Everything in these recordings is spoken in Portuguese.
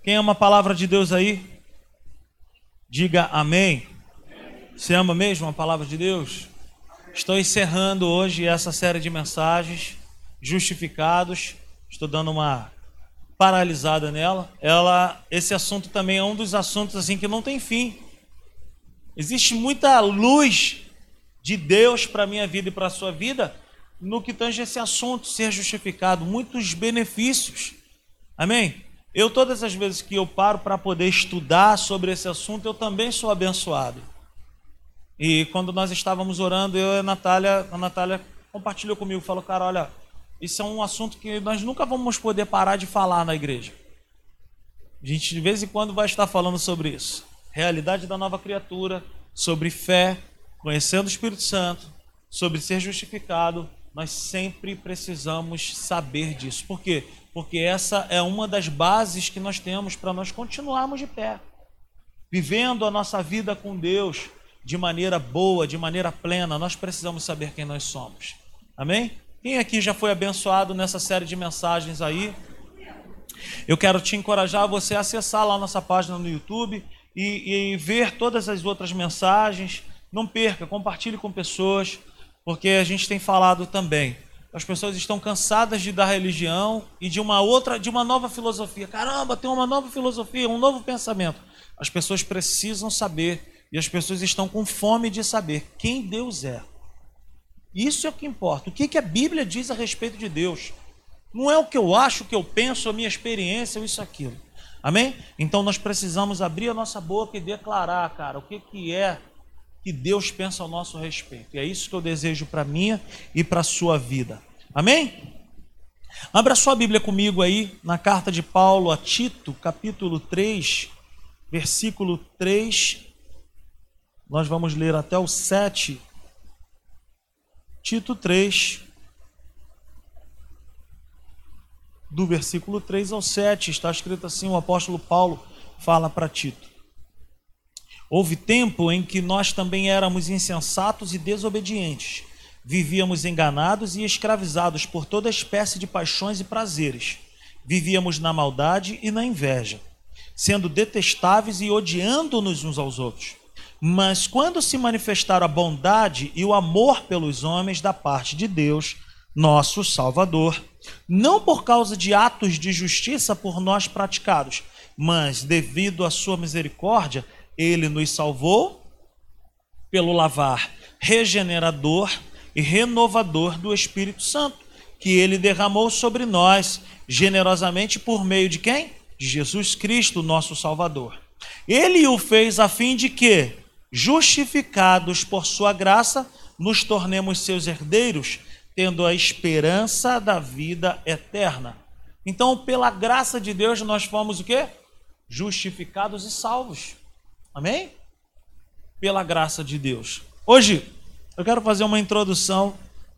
Quem ama a palavra de Deus aí? Diga amém. Você ama mesmo a palavra de Deus? Estou encerrando hoje essa série de mensagens, justificados. Estou dando uma paralisada nela. Esse assunto também é um dos assuntos assim que não tem fim. Existe muita luz de Deus para a minha vida e para a sua vida no que tange esse assunto, ser justificado, muitos benefícios. Amém? Todas as vezes que eu paro para poder estudar sobre esse assunto, eu também sou abençoado. E quando nós estávamos orando, eu e a Natália compartilhou comigo, falou, cara, olha, isso é um assunto que nós nunca vamos poder parar de falar na igreja. A gente de vez em quando vai estar falando sobre isso. Realidade da nova criatura, sobre fé, conhecendo o Espírito Santo, sobre ser justificado. Nós sempre precisamos saber disso. Por quê? Porque essa é uma das bases que nós temos para nós continuarmos de pé, vivendo a nossa vida com Deus de maneira boa, de maneira plena. Nós precisamos saber quem nós somos. Amém? Quem aqui já foi abençoado nessa série de mensagens aí? Eu quero te encorajar a você acessar lá a nossa página no YouTube e ver todas as outras mensagens. Não perca, compartilhe com pessoas, porque a gente tem falado também. As pessoas estão cansadas da religião e de uma nova filosofia. Caramba, tem uma nova filosofia, um novo pensamento. As pessoas precisam saber e as pessoas estão com fome de saber quem Deus é. Isso é o que importa. O que a Bíblia diz a respeito de Deus? Não é o que eu acho, o que eu penso, a minha experiência ou isso, aquilo. Amém? Então nós precisamos abrir a nossa boca e declarar, cara, o que é que Deus pensa ao nosso respeito. E é isso que eu desejo para a minha e para a sua vida. Amém? Abra sua Bíblia comigo aí na carta de Paulo a Tito, capítulo 3, versículo 3. Nós vamos ler até o 7. Tito 3, do versículo 3 ao 7, está escrito assim, o apóstolo Paulo fala para Tito. Houve tempo em que nós também éramos insensatos e desobedientes, vivíamos enganados e escravizados por toda espécie de paixões e prazeres, vivíamos na maldade e na inveja, sendo detestáveis e odiando-nos uns aos outros. Mas quando se manifestaram a bondade e o amor pelos homens da parte de Deus, nosso Salvador, não por causa de atos de justiça por nós praticados, mas devido à sua misericórdia, Ele nos salvou pelo lavar regenerador e renovador do Espírito Santo, que Ele derramou sobre nós generosamente por meio de quem? De Jesus Cristo, nosso Salvador. Ele o fez a fim de que, justificados por sua graça, nos tornemos seus herdeiros, tendo a esperança da vida eterna. Então, pela graça de Deus, nós fomos o quê? Justificados e salvos. Amém? Pela graça de Deus. Hoje, eu quero fazer uma introdução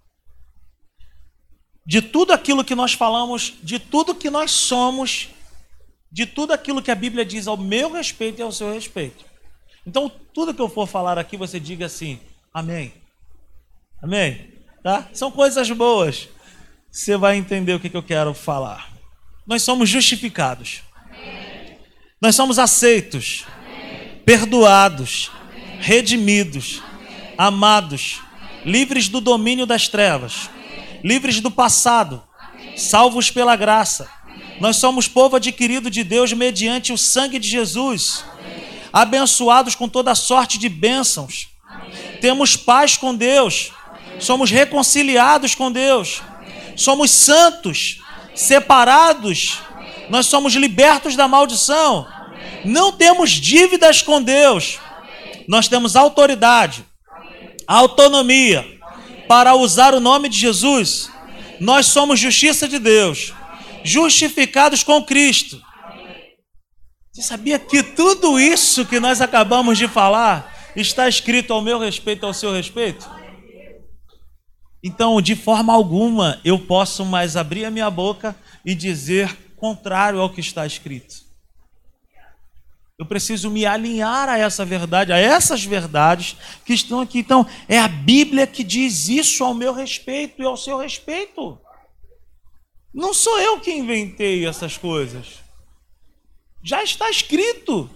de tudo aquilo que nós falamos, de tudo que nós somos, de tudo aquilo que a Bíblia diz ao meu respeito e ao seu respeito. Então, tudo que eu for falar aqui, você diga assim, amém. Amém? Tá? São coisas boas. Você vai entender o que eu quero falar. Nós somos justificados. Amém. Nós somos aceitos. Amém. Perdoados. Amém. Redimidos. Amém. Amados. Amém. Livres do domínio das trevas. Amém. Livres do passado. Amém. Salvos pela graça. Amém. Nós somos povo adquirido de Deus mediante o sangue de Jesus. Amém. Abençoados com toda sorte de bênçãos. Amém. Temos paz com Deus. Amém. Somos reconciliados com Deus. Amém. Somos santos, amém. Separados. Amém. Nós somos libertos da maldição. Amém. Não temos dívidas com Deus. Amém. Nós temos autoridade, amém. Autonomia, amém. Para usar o nome de Jesus. Amém. Nós somos justiça de Deus, amém. Justificados com Cristo. Você sabia que tudo isso que nós acabamos de falar está escrito ao meu respeito e ao seu respeito? Então, de forma alguma, eu posso mais abrir a minha boca e dizer contrário ao que está escrito. Eu preciso me alinhar a essa verdade, a essas verdades que estão aqui. Então, é a Bíblia que diz isso ao meu respeito e ao seu respeito. Não sou eu que inventei essas coisas. Já está escrito.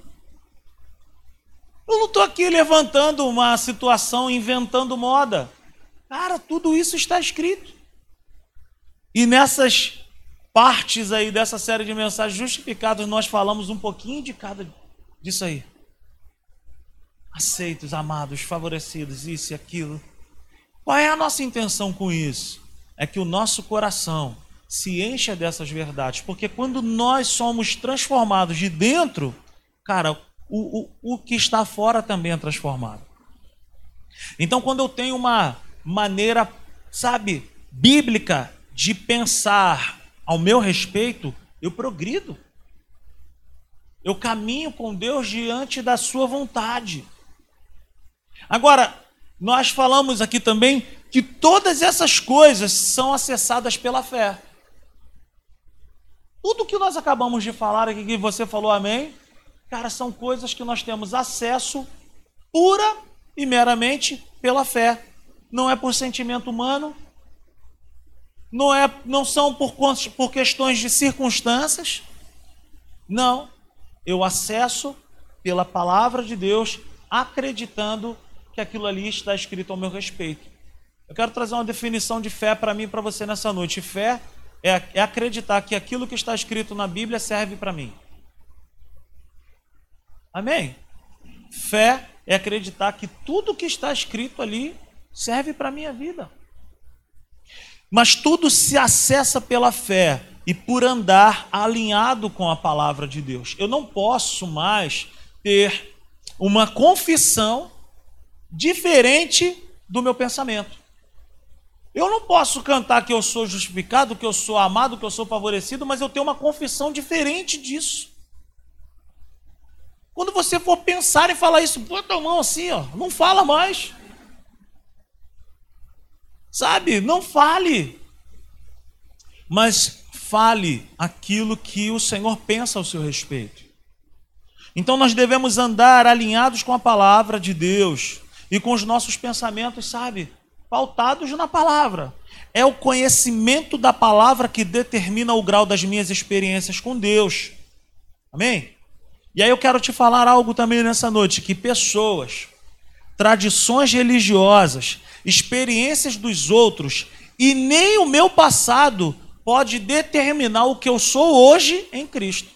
Eu não estou aqui levantando uma situação, inventando moda. Cara, tudo isso está escrito. E nessas partes aí dessa série de mensagens justificadas, nós falamos um pouquinho de cada disso aí. Aceitos, amados, favorecidos, isso e aquilo. Qual é a nossa intenção com isso? É que o nosso coração se encha dessas verdades, porque quando nós somos transformados de dentro, cara, o que está fora também é transformado. Então, quando eu tenho uma maneira, sabe, bíblica de pensar ao meu respeito, eu progrido. Eu caminho com Deus diante da sua vontade. Agora, nós falamos aqui também que todas essas coisas são acessadas pela fé. Tudo que nós acabamos de falar aqui, que você falou amém, cara, são coisas que nós temos acesso pura e meramente pela fé. Não é por sentimento humano, não são por questões de circunstâncias. Não, eu acesso pela palavra de Deus, acreditando que aquilo ali está escrito ao meu respeito. Eu quero trazer uma definição de fé para mim e para você nessa noite. Fé é acreditar que aquilo que está escrito na Bíblia serve para mim. Amém? Fé é acreditar que tudo que está escrito ali serve para a minha vida. Mas tudo se acessa pela fé e por andar alinhado com a palavra de Deus. Eu não posso mais ter uma confissão diferente do meu pensamento. Eu não posso cantar que eu sou justificado, que eu sou amado, que eu sou favorecido, mas eu tenho uma confissão diferente disso. Quando você for pensar em falar isso, bota a mão assim, ó, não fala mais. Sabe, não fale. Mas fale aquilo que o Senhor pensa ao seu respeito. Então nós devemos andar alinhados com a palavra de Deus e com os nossos pensamentos, sabe, pautados na palavra. É o conhecimento da palavra que determina o grau das minhas experiências com Deus. Amém? E aí eu quero te falar algo também nessa noite, que pessoas, tradições religiosas, experiências dos outros e nem o meu passado pode determinar o que eu sou hoje em Cristo.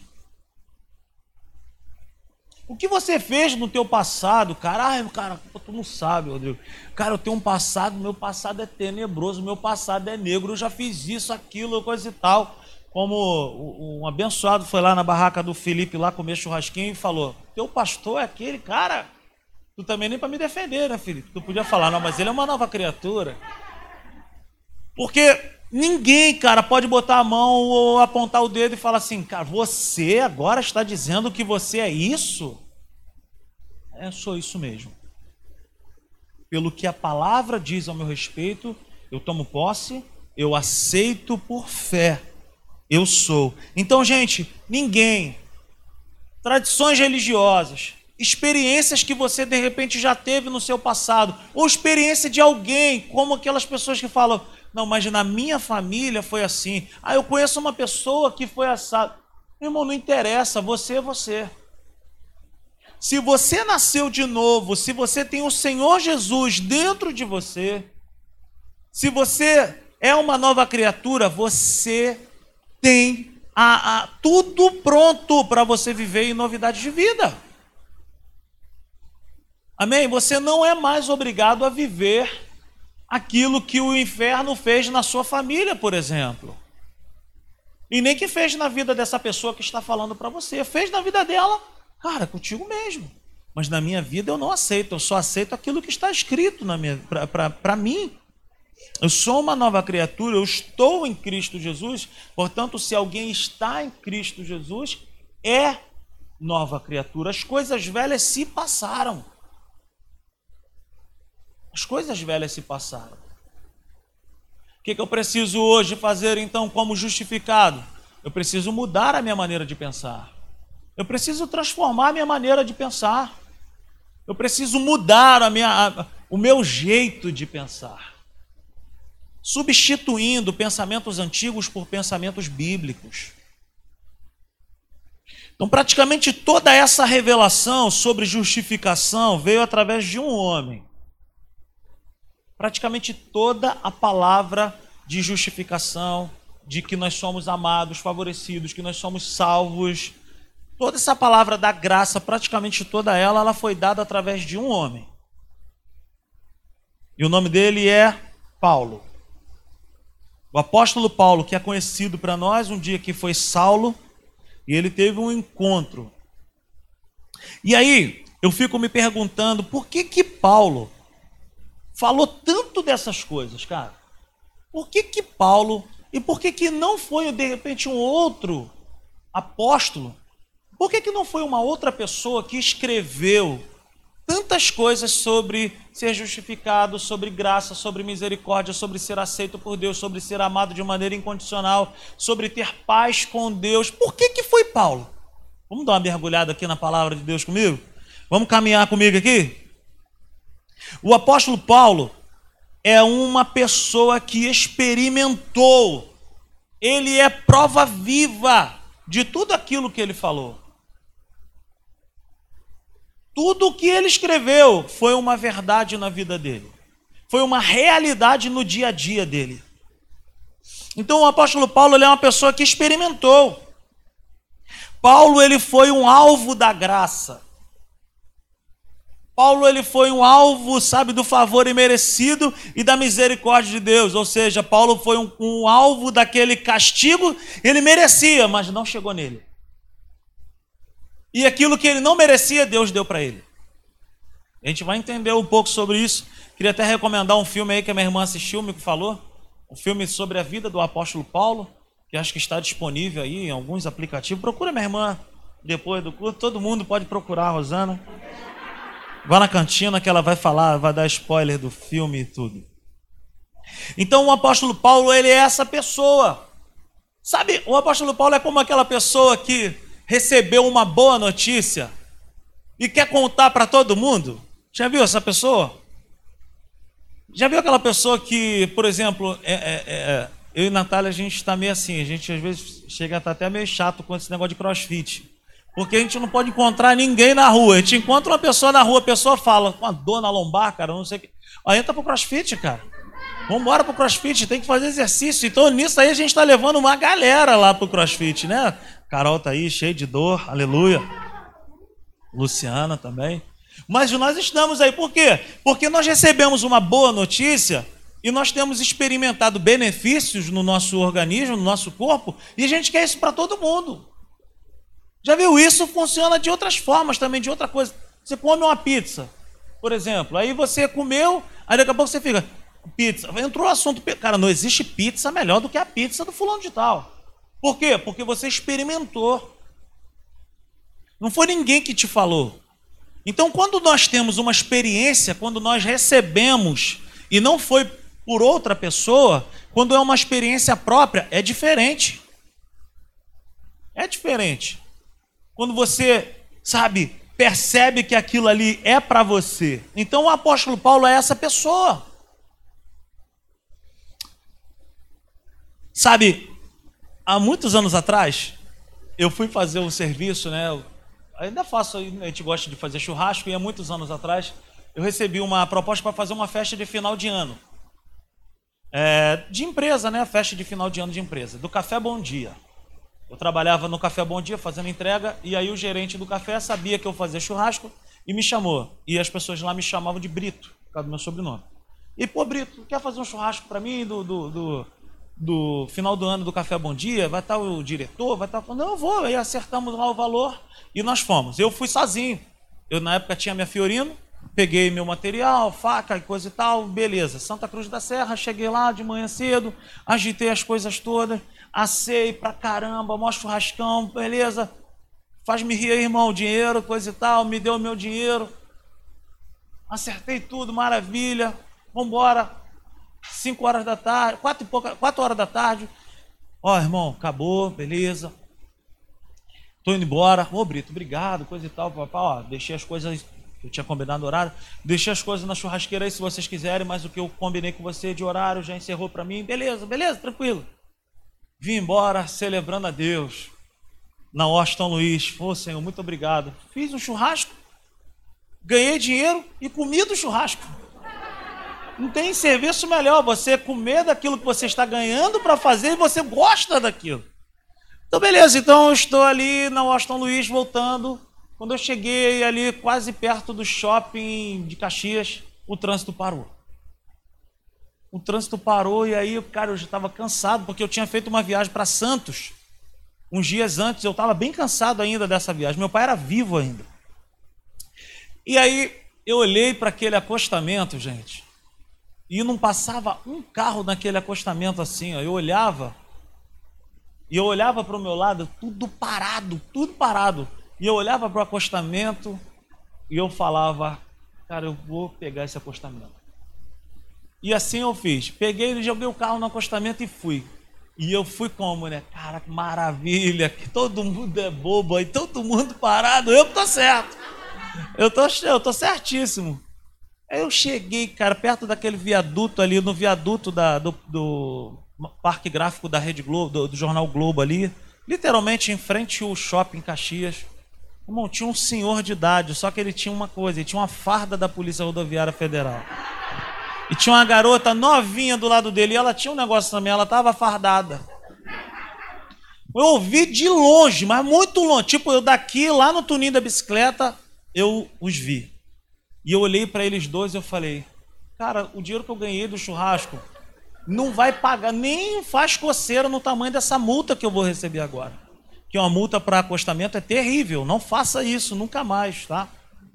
O que você fez no teu passado, cara, tu não sabe, Rodrigo. Cara, eu tenho um passado, meu passado é tenebroso, meu passado é negro, eu já fiz isso, aquilo, coisa e tal. Como um abençoado foi lá na barraca do Felipe lá comer churrasquinho e falou, teu pastor é aquele cara, tu também nem para me defender, né, Felipe? Tu podia falar, não, mas ele é uma nova criatura. Porque ninguém, cara, pode botar a mão ou apontar o dedo e falar assim, cara, você agora está dizendo que você é isso? Eu sou isso mesmo. Pelo que a palavra diz ao meu respeito, eu tomo posse, eu aceito por fé. Eu sou. Então, gente, ninguém, tradições religiosas, experiências que você de repente já teve no seu passado, ou experiência de alguém, como aquelas pessoas que falam, não, mas na minha família foi assim. Ah, eu conheço uma pessoa que foi assado. Irmão, não interessa, você é você. Se você nasceu de novo, se você tem o Senhor Jesus dentro de você, se você é uma nova criatura, você tem tudo pronto para você viver em novidade de vida. Amém? Você não é mais obrigado a viver aquilo que o inferno fez na sua família, por exemplo. E nem que fez na vida dessa pessoa que está falando para você. Fez na vida dela, cara, contigo mesmo. Mas na minha vida eu não aceito. Eu só aceito aquilo que está escrito para mim. Eu sou uma nova criatura, eu estou em Cristo Jesus. Portanto, se alguém está em Cristo Jesus, é nova criatura. As coisas velhas se passaram. As coisas velhas se passaram. O que eu preciso hoje fazer, então, como justificado? Eu preciso mudar a minha maneira de pensar. Eu preciso transformar a minha maneira de pensar. Eu preciso mudar o meu jeito de pensar. Substituindo pensamentos antigos por pensamentos bíblicos. Então, praticamente toda essa revelação sobre justificação veio através de um homem. Praticamente toda a palavra de justificação, de que nós somos amados, favorecidos, que nós somos salvos, toda essa palavra da graça, praticamente toda ela foi dada através de um homem. E o nome dele é Paulo. O apóstolo Paulo, que é conhecido para nós, um dia que foi Saulo, e ele teve um encontro. E aí, eu fico me perguntando, por que Paulo falou tanto dessas coisas, cara? Por que Paulo, e por que não foi, de repente, um outro apóstolo? Por que não foi uma outra pessoa que escreveu tantas coisas sobre ser justificado, sobre graça, sobre misericórdia, sobre ser aceito por Deus, sobre ser amado de maneira incondicional, sobre ter paz com Deus? Por que foi Paulo? Vamos dar uma mergulhada aqui na palavra de Deus comigo? Vamos caminhar comigo aqui? O apóstolo Paulo é uma pessoa que experimentou, ele é prova viva de tudo aquilo que ele falou. Tudo o que ele escreveu foi uma verdade na vida dele. Foi uma realidade no dia a dia dele. Então o apóstolo Paulo, ele é uma pessoa que experimentou. Paulo, ele foi um alvo da graça. Paulo, ele foi um alvo, sabe, do favor imerecido e da misericórdia de Deus. Ou seja, Paulo foi um alvo daquele castigo, ele merecia, mas não chegou nele. E aquilo que ele não merecia, Deus deu para ele. A gente vai entender um pouco sobre isso. Queria até recomendar um filme aí que a minha irmã assistiu, me falou. Um filme sobre a vida do apóstolo Paulo, que acho que está disponível aí em alguns aplicativos. Procura minha irmã depois do culto. Todo mundo pode procurar, Rosana. Vá na cantina que ela vai falar, vai dar spoiler do filme e tudo. Então o apóstolo Paulo, ele é essa pessoa. Sabe, o apóstolo Paulo é como aquela pessoa que recebeu uma boa notícia e quer contar para todo mundo. Já viu essa pessoa? Já viu aquela pessoa que, por exemplo, eu e Natália, a gente está meio assim, a gente às vezes chega a estar até meio chato com esse negócio de crossfit, porque a gente não pode encontrar ninguém na rua. A gente encontra uma pessoa na rua, a pessoa fala, com a dor na lombar, cara, não sei o que. Aí entra pro crossfit, cara. Vamos embora pro crossfit, tem que fazer exercício. Então nisso aí a gente está levando uma galera lá pro crossfit, né? Carol tá aí, cheia de dor, aleluia. Luciana também. Mas nós estamos aí, por quê? Porque nós recebemos uma boa notícia e nós temos experimentado benefícios no nosso organismo, no nosso corpo, e a gente quer isso para todo mundo. Já viu? Isso funciona de outras formas também, de outra coisa. Você come uma pizza, por exemplo, aí você comeu, aí daqui a pouco você fica, pizza, entrou o assunto, cara, não existe pizza melhor do que a pizza do fulano de tal. Por quê? Porque você experimentou. Não foi ninguém que te falou. Então, quando nós temos uma experiência, quando nós recebemos, e não foi por outra pessoa, quando é uma experiência própria, é diferente. É diferente. Quando você, sabe, percebe que aquilo ali é para você. Então, o apóstolo Paulo é essa pessoa. Sabe, há muitos anos atrás, eu fui fazer um serviço, né? Ainda faço, a gente gosta de fazer churrasco, e há muitos anos atrás eu recebi uma proposta para fazer uma festa de final de ano. De empresa, né? Festa de final de ano de empresa, do Café Bom Dia. Eu trabalhava no Café Bom Dia fazendo entrega, e aí o gerente do café sabia que eu fazia churrasco e me chamou. E as pessoas lá me chamavam de Brito, por causa do meu sobrenome. E, pô, Brito, quer fazer um churrasco para mim do final do ano do Café Bom Dia? Vai estar o diretor, vai estar... Não, eu vou. Aí acertamos lá o valor e nós fomos. Eu fui sozinho. Eu, na época, tinha minha Fiorino, peguei meu material, faca e coisa e tal, beleza. Santa Cruz da Serra, cheguei lá de manhã cedo, agitei as coisas todas, assei pra caramba, mó churrascão, beleza. Faz-me rir aí, irmão, dinheiro, coisa e tal, me deu o meu dinheiro. Acertei tudo, maravilha. Vambora. 5 horas da tarde, 4 horas da tarde. Ó, irmão, acabou, beleza. Tô indo embora. Ô, Brito, obrigado, coisa e tal, papá. Ó, deixei as coisas, eu tinha combinado o horário, deixei as coisas na churrasqueira aí se vocês quiserem, mas o que eu combinei com você de horário já encerrou para mim. Beleza, beleza, tranquilo. Vim embora celebrando a Deus. na Washington Luiz. Pô, Senhor, muito obrigado. Fiz um churrasco, ganhei dinheiro e comi do churrasco. Não tem serviço melhor, você comer daquilo que você está ganhando para fazer e você gosta daquilo. Então, beleza, então eu estou ali na Washington Luiz voltando. Quando eu cheguei ali quase perto do shopping de Caxias, o trânsito parou. O trânsito parou e aí, cara, eu já estava cansado, porque eu tinha feito uma viagem para Santos. Uns dias antes, eu estava bem cansado ainda dessa viagem. Meu pai era vivo ainda. E aí, eu olhei para aquele acostamento, gente, e não passava um carro naquele acostamento assim, ó. Eu olhava para o meu lado, tudo parado, tudo parado. E eu olhava para o acostamento e eu falava, cara, eu vou pegar esse acostamento. E assim eu fiz. Peguei, joguei o carro no acostamento e fui. E eu fui como, né? Cara, que maravilha, que todo mundo é bobo aí, todo mundo parado, eu tô certo. Eu tô certíssimo. Aí eu cheguei, cara, perto daquele viaduto ali, no viaduto do Parque Gráfico da Rede Globo, do Jornal Globo ali, literalmente em frente ao shopping Caxias. Irmão, tinha um senhor de idade, só que ele tinha uma coisa, ele tinha uma farda da Polícia Rodoviária Federal. E tinha uma garota novinha do lado dele, e ela tinha um negócio também, ela estava fardada. Eu ouvi de longe, mas muito longe, tipo eu daqui, lá no tuninho da bicicleta, eu os vi. E eu olhei para eles dois e eu falei, cara, o dinheiro que eu ganhei do churrasco não vai pagar, nem faz coceira no tamanho dessa multa que eu vou receber agora. Que uma multa para acostamento é terrível, não faça isso, nunca mais, tá?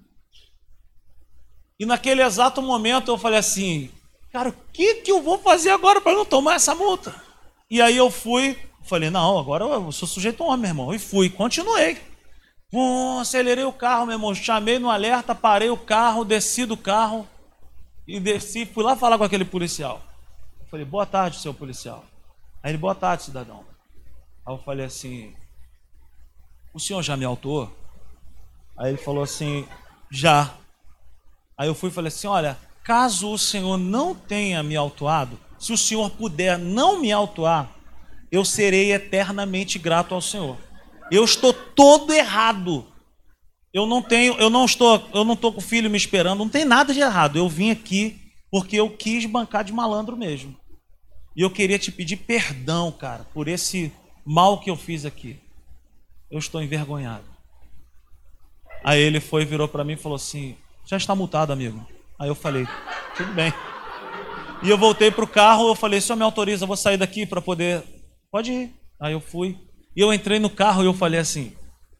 E naquele exato momento eu falei assim, cara, o que eu vou fazer agora para não tomar essa multa? E aí eu falei, não, agora eu sou sujeito a homem, meu irmão. E fui, continuei. Acelerei o carro, meu irmão, chamei no alerta, parei o carro, desci do carro e fui lá falar com aquele policial. Eu falei, boa tarde, seu policial. Aí ele, boa tarde, cidadão. Aí eu falei assim, o senhor já me autuou? Aí ele falou assim, já. Aí eu fui e falei assim, olha, caso o senhor não tenha me autuado, se o senhor puder não me autuar, eu serei eternamente grato ao senhor. Eu estou todo errado. Eu não estou com o filho me esperando, não tem nada de errado. Eu vim aqui porque eu quis bancar de malandro mesmo. E eu queria te pedir perdão, cara, por esse mal que eu fiz aqui. Eu estou envergonhado. Aí ele virou para mim e falou assim, já está multado, amigo. Aí eu falei, tudo bem. E eu voltei para o carro, eu falei, senhor me autoriza, eu vou sair daqui para poder... Pode ir. Aí eu fui. E eu entrei no carro e eu falei assim,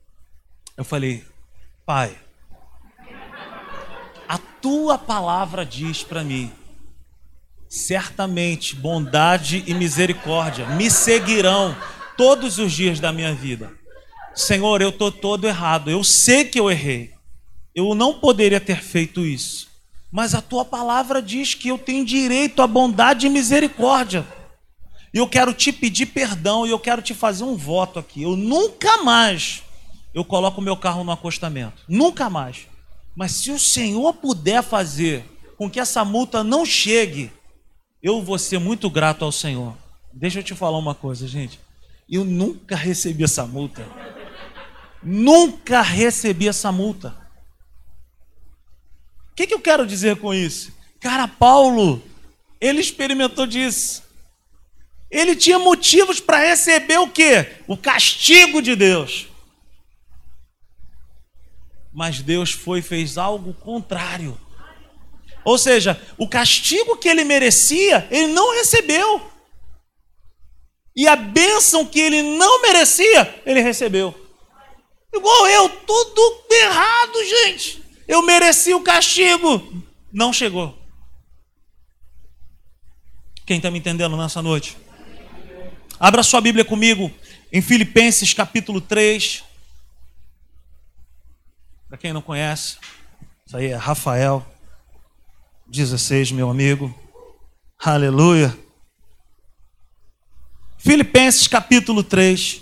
pai, a tua palavra diz para mim, certamente bondade e misericórdia me seguirão todos os dias da minha vida. Senhor, eu estou todo errado, eu sei que eu errei, eu não poderia ter feito isso, mas a tua palavra diz que eu tenho direito à bondade e misericórdia. E eu quero te pedir perdão e eu quero te fazer um voto aqui. Eu nunca mais coloco o meu carro no acostamento. Nunca mais. Mas se o Senhor puder fazer com que essa multa não chegue, eu vou ser muito grato ao Senhor. Deixa eu te falar uma coisa, gente. Eu nunca recebi essa multa. Nunca recebi essa multa. O que eu quero dizer com isso? Cara, Paulo, ele experimentou disso. Ele tinha motivos para receber o quê? O castigo de Deus. Mas Deus fez algo contrário. Ou seja, o castigo que ele merecia, ele não recebeu. E a bênção que ele não merecia, ele recebeu. Igual eu, tudo errado, gente. Eu mereci o castigo. Não chegou. Quem está me entendendo nessa noite? Abra sua Bíblia comigo em Filipenses capítulo 3. Para quem não conhece, isso aí é Rafael 16, meu amigo. Aleluia. Filipenses capítulo 3.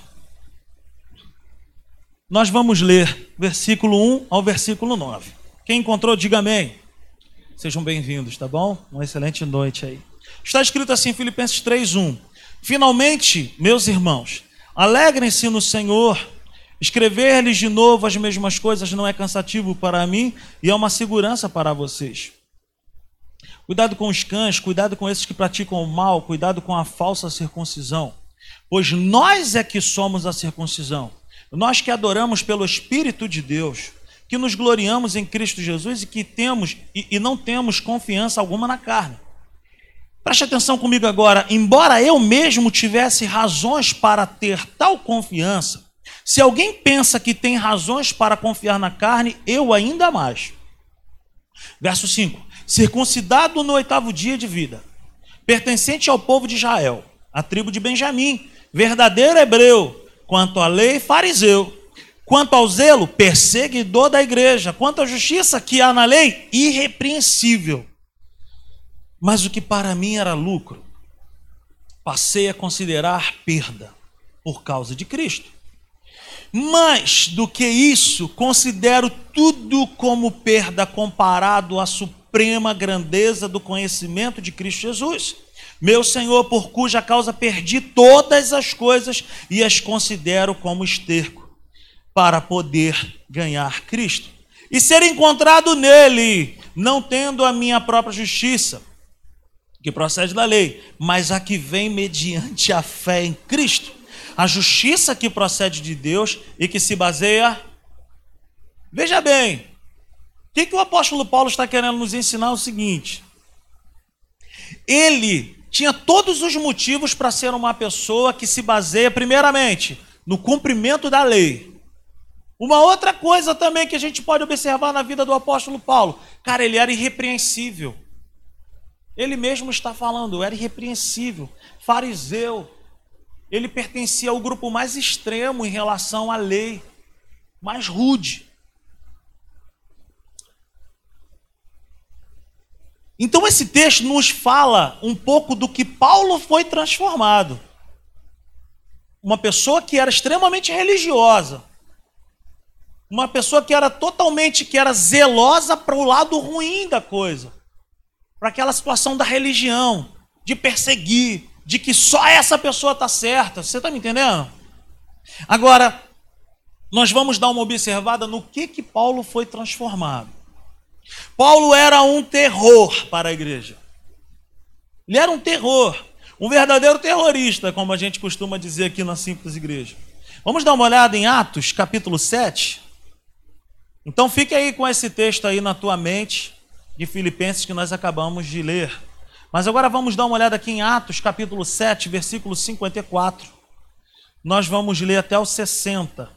Nós vamos ler versículo 1 ao versículo 9. Quem encontrou, diga amém. Sejam bem-vindos, tá bom? Uma excelente noite aí. Está escrito assim, Filipenses 3, 1. Finalmente, meus irmãos, alegrem-se no Senhor. Escrever-lhes de novo as mesmas coisas não é cansativo para mim e é uma segurança para vocês. Cuidado com os cães, cuidado com esses que praticam o mal, cuidado com a falsa circuncisão. Pois nós é que somos a circuncisão. Nós que adoramos pelo Espírito de Deus, que nos gloriamos em Cristo Jesus e que temos e não temos confiança alguma na carne. Preste atenção comigo agora. Embora eu mesmo tivesse razões para ter tal confiança, se alguém pensa que tem razões para confiar na carne, eu ainda mais. Verso 5. Circuncidado no 8º dia de vida, pertencente ao povo de Israel, a tribo de Benjamim, verdadeiro hebreu, quanto à lei, fariseu, quanto ao zelo, perseguidor da igreja, quanto à justiça que há na lei, irrepreensível. Mas o que para mim era lucro, passei a considerar perda por causa de Cristo. Mais do que isso, considero tudo como perda comparado à suprema grandeza do conhecimento de Cristo Jesus, meu Senhor, por cuja causa perdi todas as coisas e as considero como esterco, para poder ganhar Cristo e ser encontrado nele, não tendo a minha própria justiça, que procede da lei, mas a que vem mediante a fé em Cristo, a justiça que procede de Deus e que se baseia... Veja bem, o que o apóstolo Paulo está querendo nos ensinar? O seguinte: ele tinha todos os motivos para ser uma pessoa que se baseia primeiramente no cumprimento da lei. Uma outra coisa também que a gente pode observar na vida do apóstolo Paulo, cara, ele era irrepreensível. Ele mesmo está falando, era irrepreensível, fariseu. Ele pertencia ao grupo mais extremo em relação à lei, mais rude. Então esse texto nos fala um pouco do que Paulo foi transformado. Uma pessoa que era extremamente religiosa, uma pessoa que era zelosa para o lado ruim da coisa, para aquela situação da religião, de perseguir, de que só essa pessoa está certa. Você está me entendendo? Agora, nós vamos dar uma observada no que Paulo foi transformado. Paulo era um terror para a igreja. Ele era um terror, um verdadeiro terrorista, como a gente costuma dizer aqui na Simples Igreja. Vamos dar uma olhada em Atos, capítulo 7? Então fique aí com esse texto aí na tua mente, de Filipenses, que nós acabamos de ler. Mas agora vamos dar uma olhada aqui em Atos, capítulo 7, versículo 54. Nós vamos ler até o 60.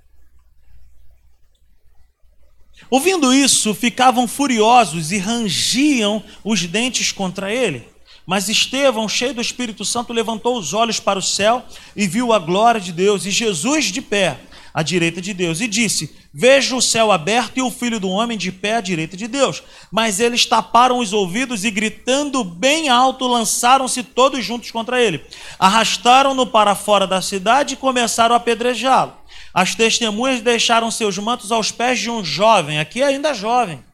Ouvindo isso, ficavam furiosos e rangiam os dentes contra ele. Mas Estevão, cheio do Espírito Santo, levantou os olhos para o céu e viu a glória de Deus e Jesus de pé à direita de Deus, e disse: vejo o céu aberto e o Filho do Homem de pé à direita de Deus. Mas eles taparam os ouvidos e, gritando bem alto, lançaram-se todos juntos contra ele. Arrastaram-no para fora da cidade e começaram a apedrejá-lo. As testemunhas deixaram seus mantos aos pés de um jovem, aqui ainda jovem,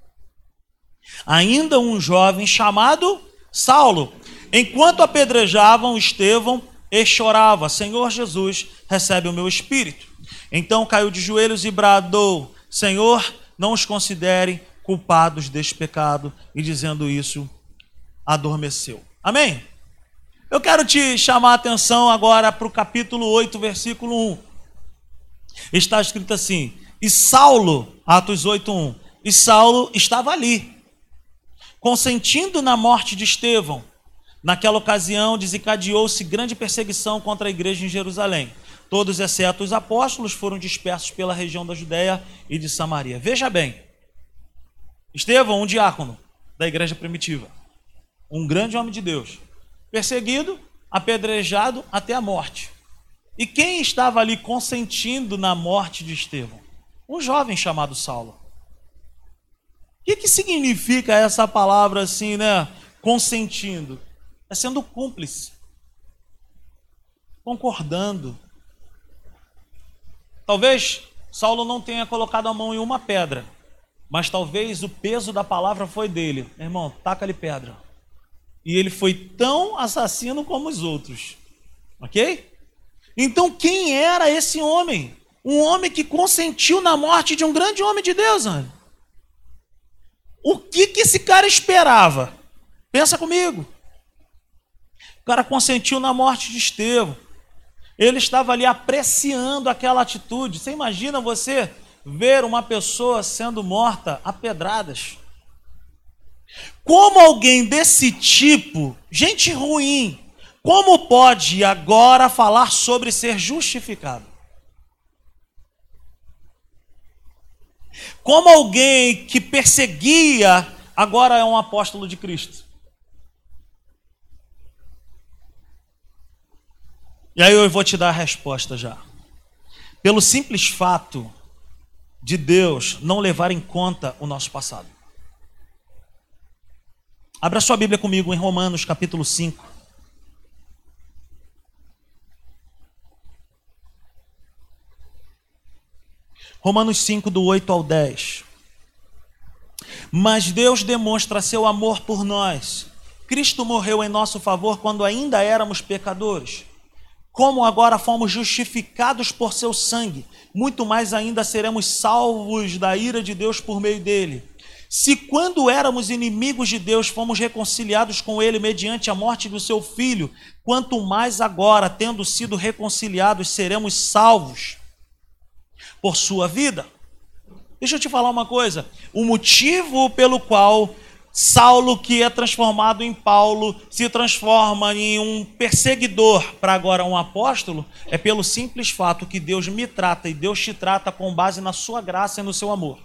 um jovem chamado Saulo. Enquanto apedrejavam Estevão, ele chorava: Senhor Jesus, recebe o meu espírito. Então caiu de joelhos e bradou: Senhor, não os considere culpados deste pecado. E dizendo isso, adormeceu. Amém? Eu quero te chamar a atenção agora para o capítulo 8, versículo 1. Está escrito assim: e Saulo, Atos 8:1, e Saulo estava ali, consentindo na morte de Estevão. Naquela ocasião desencadeou-se grande perseguição contra a igreja em Jerusalém. Todos, exceto os apóstolos, foram dispersos pela região da Judéia e de Samaria. Veja bem, Estevão, um diácono da igreja primitiva, um grande homem de Deus, perseguido, apedrejado até a morte. E quem estava ali consentindo na morte de Estevão? Um jovem chamado Saulo. O que significa essa palavra assim, né? Consentindo. É sendo cúmplice, concordando. Talvez Saulo não tenha colocado a mão em uma pedra, mas talvez o peso da palavra foi dele. Irmão, taca-lhe pedra. E ele foi tão assassino como os outros. Ok? Então quem era esse homem? Um homem que consentiu na morte de um grande homem de Deus, Ana. O que esse cara esperava? Pensa comigo. O cara consentiu na morte de Estevão. Ele estava ali apreciando aquela atitude. Você imagina você ver uma pessoa sendo morta a pedradas? Como alguém desse tipo, gente ruim, como pode agora falar sobre ser justificado? Como alguém que perseguia, agora é um apóstolo de Cristo? E aí eu vou te dar a resposta já. Pelo simples fato de Deus não levar em conta o nosso passado. Abra sua Bíblia comigo em Romanos capítulo 5. Romanos 5, do 8 ao 10. Mas Deus demonstra seu amor por nós. Cristo morreu em nosso favor quando ainda éramos pecadores. Como agora fomos justificados por seu sangue, muito mais ainda seremos salvos da ira de Deus por meio dele. Se quando éramos inimigos de Deus, fomos reconciliados com ele mediante a morte do seu filho, quanto mais agora, tendo sido reconciliados, seremos salvos por sua vida. Deixa eu te falar uma coisa. O motivo pelo qual Saulo, que é transformado em Paulo, se transforma em um perseguidor para agora um apóstolo, é pelo simples fato que Deus me trata e Deus te trata com base na sua graça e no seu amor.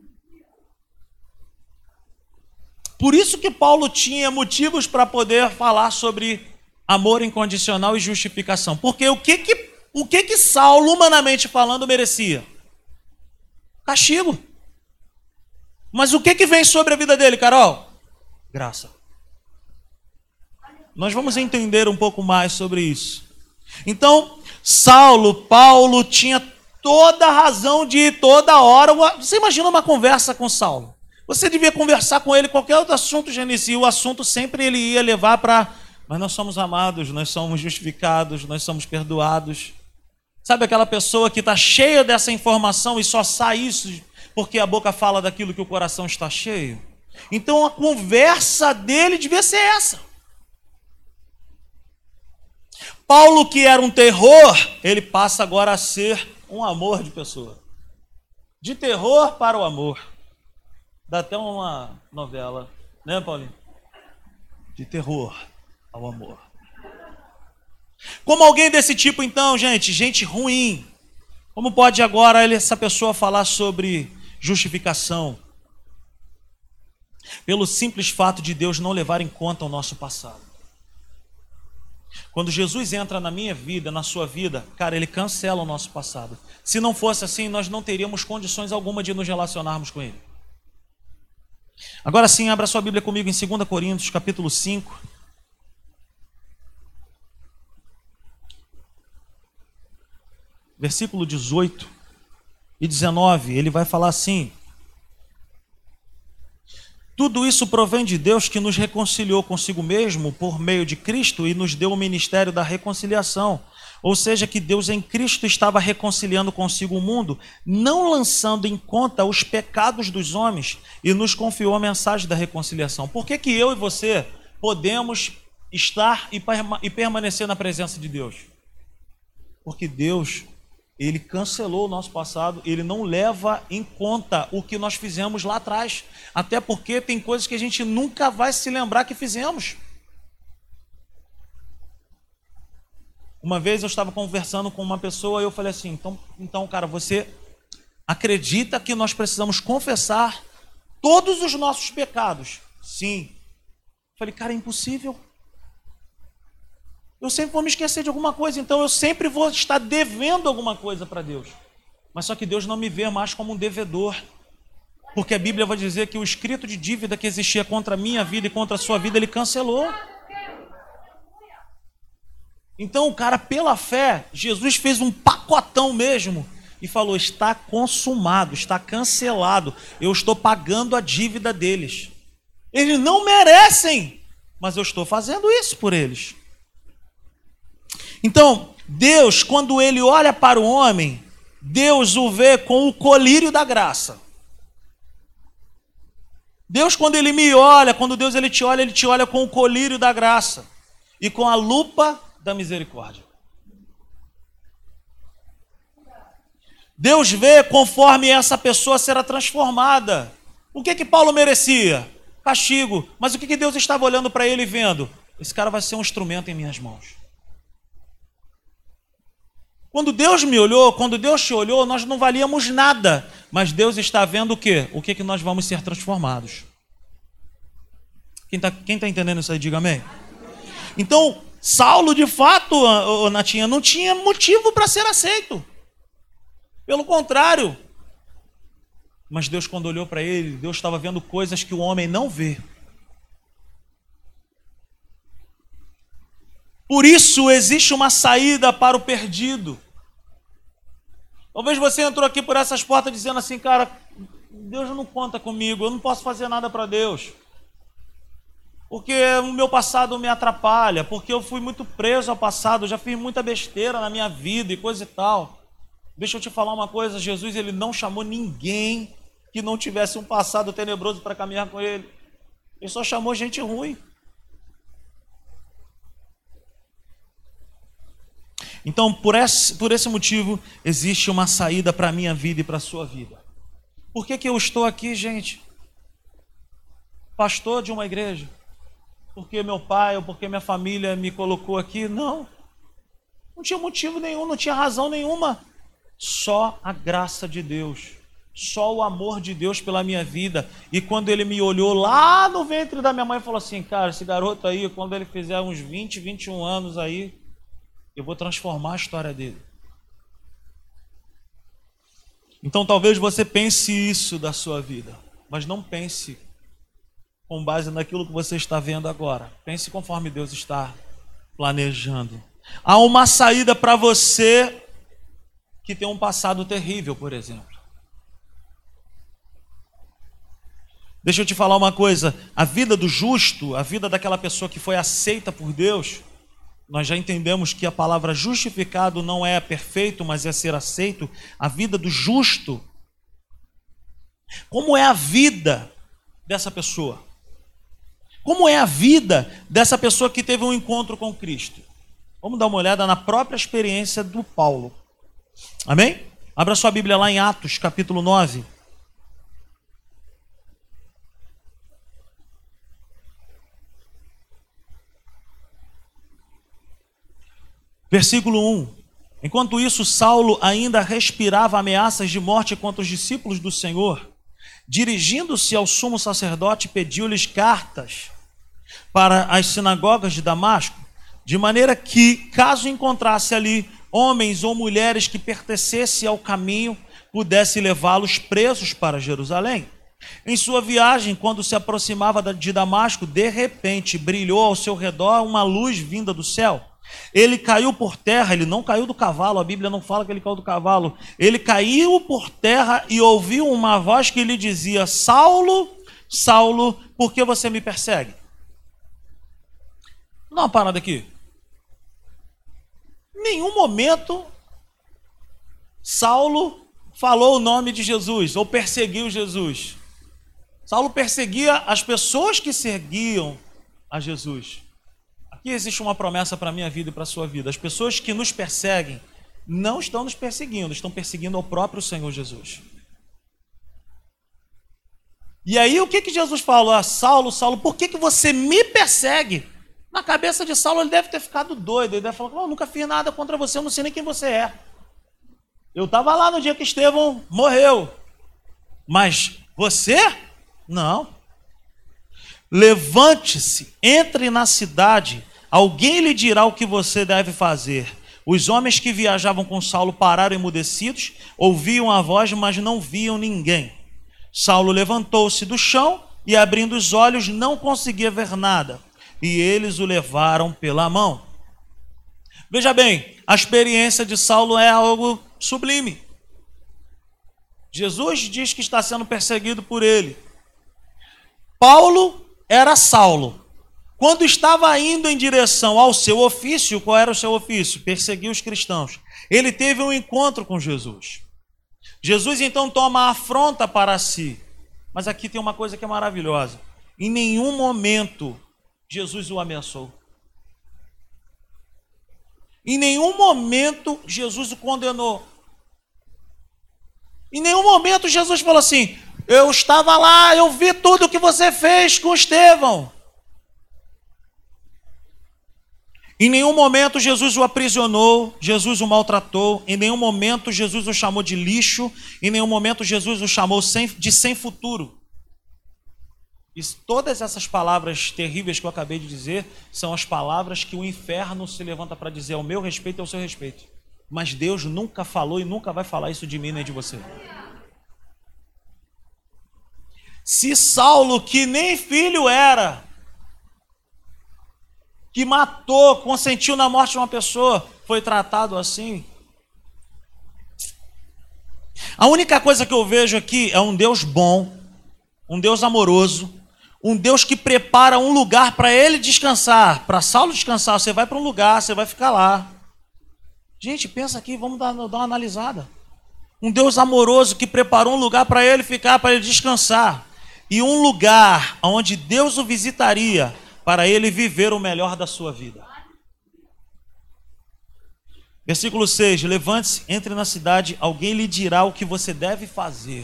Por isso que Paulo tinha motivos para poder falar sobre amor incondicional e justificação. Porque o que Saulo, humanamente falando, merecia? Castigo. Mas o que vem sobre a vida dele, Carol? Graça. Nós vamos entender um pouco mais sobre isso. Então, Paulo tinha toda a razão de ir toda hora. Você imagina uma conversa com Saulo? Você devia conversar com ele qualquer outro assunto, Genice, e o assunto sempre ele ia levar para... Mas nós somos amados, nós somos justificados, nós somos perdoados. Sabe aquela pessoa que está cheia dessa informação e só sai isso porque a boca fala daquilo que o coração está cheio? Então a conversa dele devia ser essa. Paulo, que era um terror, ele passa agora a ser um amor de pessoa. De terror para o amor. Dá até uma novela, né, Paulinho? De terror ao amor. Como alguém desse tipo, então, gente ruim, como pode agora essa pessoa falar sobre justificação? Pelo simples fato de Deus não levar em conta o nosso passado. Quando Jesus entra na minha vida, na sua vida, cara, ele cancela o nosso passado. Se não fosse assim, nós não teríamos condições alguma de nos relacionarmos com ele. Agora sim, abra sua Bíblia comigo em 2 Coríntios, capítulo 5. Versículo 18 e 19, ele vai falar assim: tudo isso provém de Deus, que nos reconciliou consigo mesmo por meio de Cristo e nos deu o ministério da reconciliação. Ou seja, que Deus em Cristo estava reconciliando consigo o mundo, não lançando em conta os pecados dos homens, e nos confiou a mensagem da reconciliação. Por que eu e você podemos estar e permanecer na presença de Deus? Porque Deus, ele cancelou o nosso passado, ele não leva em conta o que nós fizemos lá atrás. Até porque tem coisas que a gente nunca vai se lembrar que fizemos. Uma vez eu estava conversando com uma pessoa e eu falei assim, então, cara, você acredita que nós precisamos confessar todos os nossos pecados? Sim. Eu falei, cara, é impossível. Eu sempre vou me esquecer de alguma coisa, então eu sempre vou estar devendo alguma coisa para Deus. Mas só que Deus não me vê mais como um devedor. Porque a Bíblia vai dizer que o escrito de dívida que existia contra a minha vida e contra a sua vida, ele cancelou. Então, cara, pela fé, Jesus fez um pacotão mesmo e falou, está consumado, está cancelado, eu estou pagando a dívida deles. Eles não merecem, mas eu estou fazendo isso por eles. Então, Deus, quando ele olha para o homem, Deus o vê com o colírio da graça. Deus, quando Ele me olha, quando Deus Ele te olha com o colírio da graça e com a lupa da misericórdia. Deus vê conforme essa pessoa será transformada. O que Paulo merecia? Castigo. Mas o que Deus estava olhando para ele e vendo? Esse cara vai ser um instrumento em minhas mãos. Quando Deus me olhou, quando Deus te olhou, nós não valíamos nada. Mas Deus está vendo o quê? O que nós vamos ser transformados. Quem está entendendo isso aí, diga amém. Então, Saulo, de fato, Natinha, não tinha motivo para ser aceito. Pelo contrário. Mas Deus, quando olhou para ele, Deus estava vendo coisas que o homem não vê. Por isso existe uma saída para o perdido. Talvez você entrou aqui por essas portas dizendo assim, cara, Deus não conta comigo, eu não posso fazer nada para Deus. Porque o meu passado me atrapalha, porque eu fui muito preso ao passado, já fiz muita besteira na minha vida e coisa e tal. Deixa eu te falar uma coisa, Jesus ele não chamou ninguém que não tivesse um passado tenebroso para caminhar com ele. Ele só chamou gente ruim. Então, por esse motivo, existe uma saída para a minha vida e para a sua vida. Por que eu estou aqui, gente? Pastor de uma igreja? Porque meu pai ou porque minha família me colocou aqui? Não. Não tinha motivo nenhum, não tinha razão nenhuma. Só a graça de Deus. Só o amor de Deus pela minha vida. E quando ele me olhou lá no ventre da minha mãe, falou assim, cara, esse garoto aí, quando ele fizer uns 20, 21 anos aí, eu vou transformar a história dele. Então talvez você pense isso da sua vida, mas não pense com base naquilo que você está vendo agora. Pense conforme Deus está planejando. Há uma saída para você que tem um passado terrível, por exemplo. Deixa eu te falar uma coisa, a vida do justo, a vida daquela pessoa que foi aceita por Deus, nós já entendemos que a palavra justificado não é perfeito, mas é ser aceito. A vida do justo. Como é a vida dessa pessoa? Como é a vida dessa pessoa que teve um encontro com Cristo? Vamos dar uma olhada na própria experiência do Paulo. Amém? Abra sua Bíblia lá em Atos, capítulo 9. Versículo 1. Enquanto isso, Saulo ainda respirava ameaças de morte contra os discípulos do Senhor. Dirigindo-se ao sumo sacerdote, pediu-lhes cartas para as sinagogas de Damasco, de maneira que, caso encontrasse ali homens ou mulheres que pertencessem ao caminho, pudesse levá-los presos para Jerusalém. Em sua viagem, quando se aproximava de Damasco, de repente brilhou ao seu redor uma luz vinda do céu. Ele caiu por terra, ele não caiu do cavalo, a Bíblia não fala que ele caiu do cavalo. Ele caiu por terra e ouviu uma voz que lhe dizia: Saulo, Saulo, por que você me persegue? Dá uma parada aqui. Em nenhum momento Saulo falou o nome de Jesus ou perseguiu Jesus. Saulo perseguia as pessoas que seguiam a Jesus. Aqui existe uma promessa para a minha vida e para a sua vida. As pessoas que nos perseguem não estão nos perseguindo, estão perseguindo ao próprio Senhor Jesus. E aí o que Jesus falou? Ah, Saulo, Saulo, por que você me persegue? Na cabeça de Saulo ele deve ter ficado doido. Ele deve falar, eu nunca fiz nada contra você, eu não sei nem quem você é. Eu estava lá no dia que Estevão morreu. Mas você? Não. Levante-se, entre na cidade, alguém lhe dirá o que você deve fazer. Os homens que viajavam com Saulo pararam emudecidos, ouviam a voz, mas não viam ninguém. Saulo levantou-se do chão e, abrindo os olhos, não conseguia ver nada. E eles o levaram pela mão. Veja bem, a experiência de Saulo é algo sublime. Jesus diz que está sendo perseguido por ele. Paulo era Saulo. Quando estava indo em direção ao seu ofício, qual era o seu ofício? Perseguir os cristãos. Ele teve um encontro com Jesus. Jesus então toma a afronta para si. Mas aqui tem uma coisa que é maravilhosa. Em nenhum momento Jesus o ameaçou. Em nenhum momento Jesus o condenou. Em nenhum momento Jesus falou assim: eu estava lá, eu vi tudo o que você fez com Estevão. Em nenhum momento Jesus o aprisionou, Jesus o maltratou, em nenhum momento Jesus o chamou de lixo, em nenhum momento Jesus o chamou de sem futuro. E todas essas palavras terríveis que eu acabei de dizer são as palavras que o inferno se levanta para dizer ao meu respeito e ao seu respeito. Mas Deus nunca falou e nunca vai falar isso de mim nem de você. Se Saulo, que nem filho era, que matou, consentiu na morte de uma pessoa, foi tratado assim. A única coisa que eu vejo aqui é um Deus bom, um Deus amoroso, um Deus que prepara um lugar para ele descansar, para Saulo descansar. Você vai para um lugar, você vai ficar lá. Gente, pensa aqui, vamos dar uma analisada. Um Deus amoroso que preparou um lugar para ele ficar, para ele descansar. E um lugar onde Deus o visitaria para ele viver o melhor da sua vida. Versículo 6, levante-se, entre na cidade, alguém lhe dirá o que você deve fazer.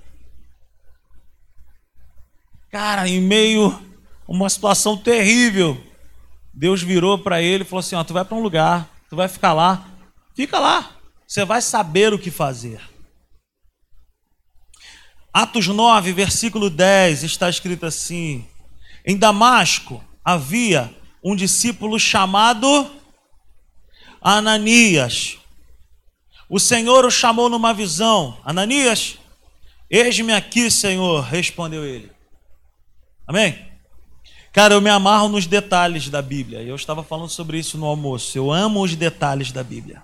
Cara, em meio a uma situação terrível, Deus virou para ele e falou assim: ó, tu vai para um lugar, tu vai ficar lá, fica lá, você vai saber o que fazer. Atos 9, versículo 10, está escrito assim: em Damasco havia um discípulo chamado Ananias. O Senhor o chamou numa visão. Ananias, eis-me aqui, Senhor, respondeu ele. Amém? Cara, eu me amarro nos detalhes da Bíblia. Eu estava falando sobre isso no almoço. Eu amo os detalhes da Bíblia.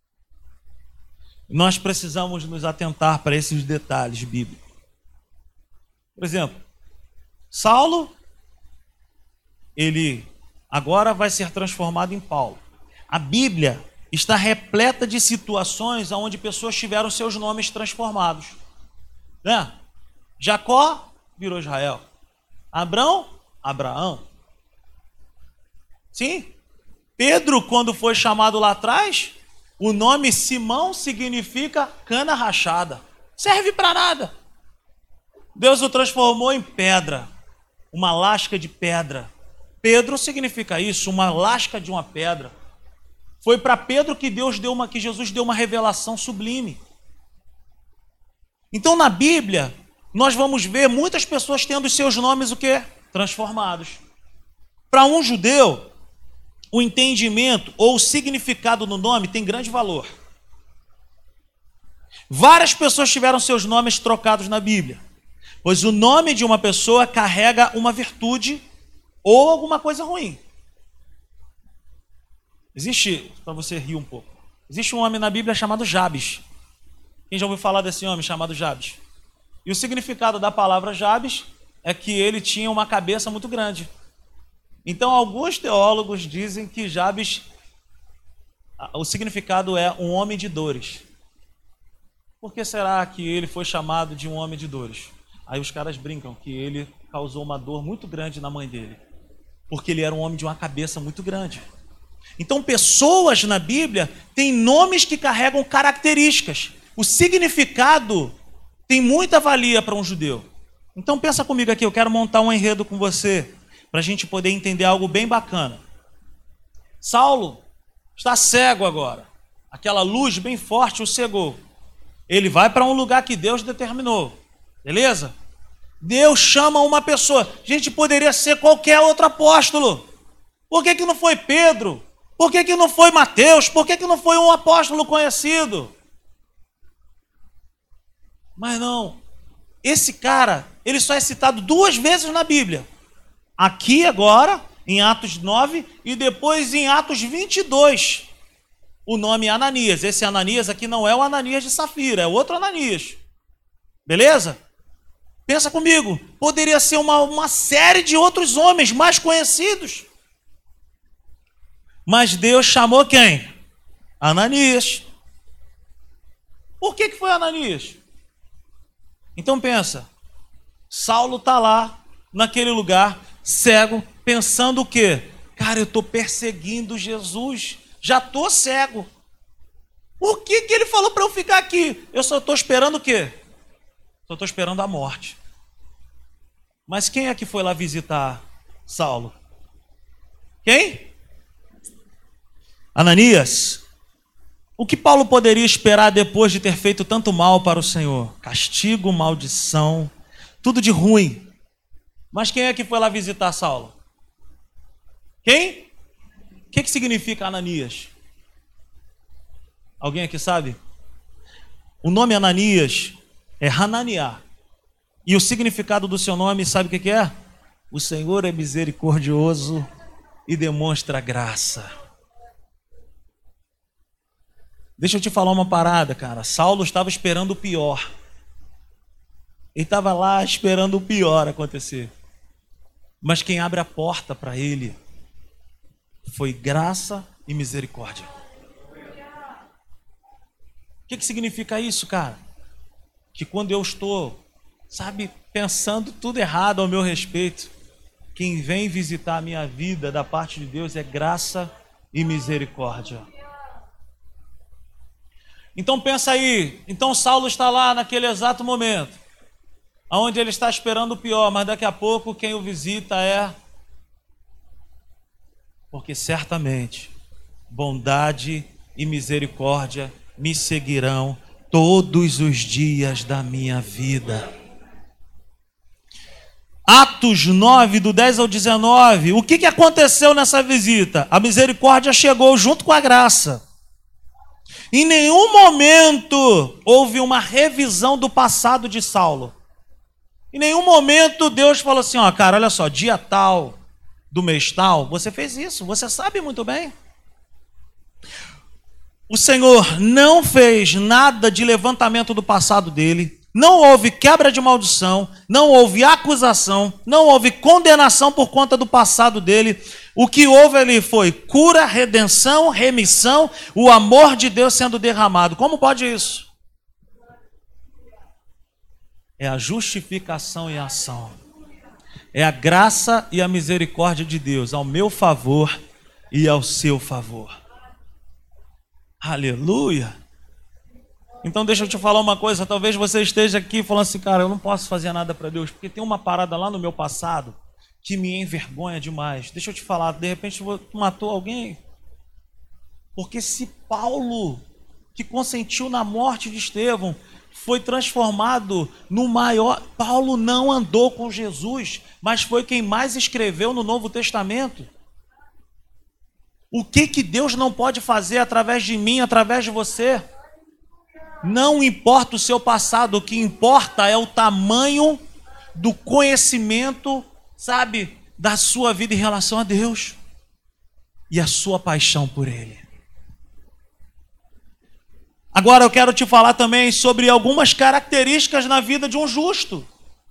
Nós precisamos nos atentar para esses detalhes bíblicos. Por exemplo, Saulo, ele agora vai ser transformado em Paulo. A Bíblia está repleta de situações onde pessoas tiveram seus nomes transformados. Né? Jacó virou Israel. Abrão, Abraão. Sim. Pedro, quando foi chamado lá atrás, o nome Simão significa cana rachada. Serve para nada. Deus o transformou em pedra, uma lasca de pedra. Pedro significa isso, uma lasca de uma pedra. Foi para Pedro que Jesus deu uma revelação sublime. Então na Bíblia, nós vamos ver muitas pessoas tendo os seus nomes o quê? Transformados. Para um judeu, o entendimento ou o significado do nome tem grande valor. Várias pessoas tiveram seus nomes trocados na Bíblia, pois o nome de uma pessoa carrega uma virtude ou alguma coisa ruim. Existe, para você rir um pouco, existe um homem na Bíblia chamado Jabes. Quem já ouviu falar desse homem chamado Jabes? E o significado da palavra Jabes é que ele tinha uma cabeça muito grande. Então, alguns teólogos dizem que Jabes, o significado é um homem de dores. Por que será que ele foi chamado de um homem de dores? Aí os caras brincam que ele causou uma dor muito grande na mãe dele, porque ele era um homem de uma cabeça muito grande. Então, pessoas na Bíblia têm nomes que carregam características. O significado tem muita valia para um judeu. Então, pensa comigo aqui, eu quero montar um enredo com você, para a gente poder entender algo bem bacana. Saulo está cego agora. Aquela luz bem forte o cegou. Ele vai para um lugar que Deus determinou. Beleza? Deus chama uma pessoa. Gente, poderia ser qualquer outro apóstolo. Por que não foi Pedro? Por que não foi Mateus? Por que não foi um apóstolo conhecido? Mas não. Esse cara, ele só é citado 2 vezes na Bíblia. Aqui agora, em Atos 9, e depois em Atos 22. O nome é Ananias. Esse Ananias aqui não é o Ananias de Safira, é outro Ananias. Beleza? Pensa comigo. Poderia ser uma série de outros homens mais conhecidos. Mas Deus chamou quem? Ananias. Por que foi Ananias? Então pensa, Saulo está lá, naquele lugar, cego, pensando o quê? Cara, eu estou perseguindo Jesus, já estou cego. Por que ele falou para eu ficar aqui? Eu só estou esperando o quê? Só estou esperando a morte. Mas quem é que foi lá visitar Saulo? Quem? Ananias. O que Paulo poderia esperar depois de ter feito tanto mal para o Senhor? Castigo, maldição, tudo de ruim. Mas quem é que foi lá visitar Saulo? Quem? O que significa Ananias? Alguém aqui sabe? O nome Ananias é Hananiah. E o significado do seu nome, sabe o que é? O Senhor é misericordioso e demonstra graça. Deixa eu te falar uma parada, cara. Saulo estava esperando o pior. Ele estava lá esperando o pior acontecer. Mas quem abre a porta para ele foi graça e misericórdia. O que significa isso, cara? Que quando eu estou, pensando tudo errado ao meu respeito, quem vem visitar a minha vida da parte de Deus é graça e misericórdia. Então pensa aí, então Saulo está lá naquele exato momento, onde ele está esperando o pior, mas daqui a pouco quem o visita é... Porque certamente bondade e misericórdia me seguirão todos os dias da minha vida. Atos 9, do 10 ao 19, o que aconteceu nessa visita? A misericórdia chegou junto com a graça. Em nenhum momento houve uma revisão do passado de Saulo. Em nenhum momento Deus falou assim, cara, olha só, dia tal, do mês tal, você fez isso, você sabe muito bem. O Senhor não fez nada de levantamento do passado dele, não houve quebra de maldição, não houve acusação, não houve condenação por conta do passado dele. O que houve ali foi cura, redenção, remissão, o amor de Deus sendo derramado. Como pode isso? É a justificação e a ação. É a graça e a misericórdia de Deus ao meu favor e ao seu favor. Aleluia! Então deixa eu te falar uma coisa, talvez você esteja aqui falando assim, cara, eu não posso fazer nada para Deus, porque tem uma parada lá no meu passado que me envergonha demais. Deixa eu te falar, de repente tu matou alguém? Porque se Paulo, que consentiu na morte de Estevão, foi transformado no maior... Paulo não andou com Jesus, mas foi quem mais escreveu no Novo Testamento. O que Deus não pode fazer através de mim, através de você? Não importa o seu passado, o que importa é o tamanho do conhecimento, da sua vida em relação a Deus e a sua paixão por Ele. Agora eu quero te falar também sobre algumas características na vida de um justo.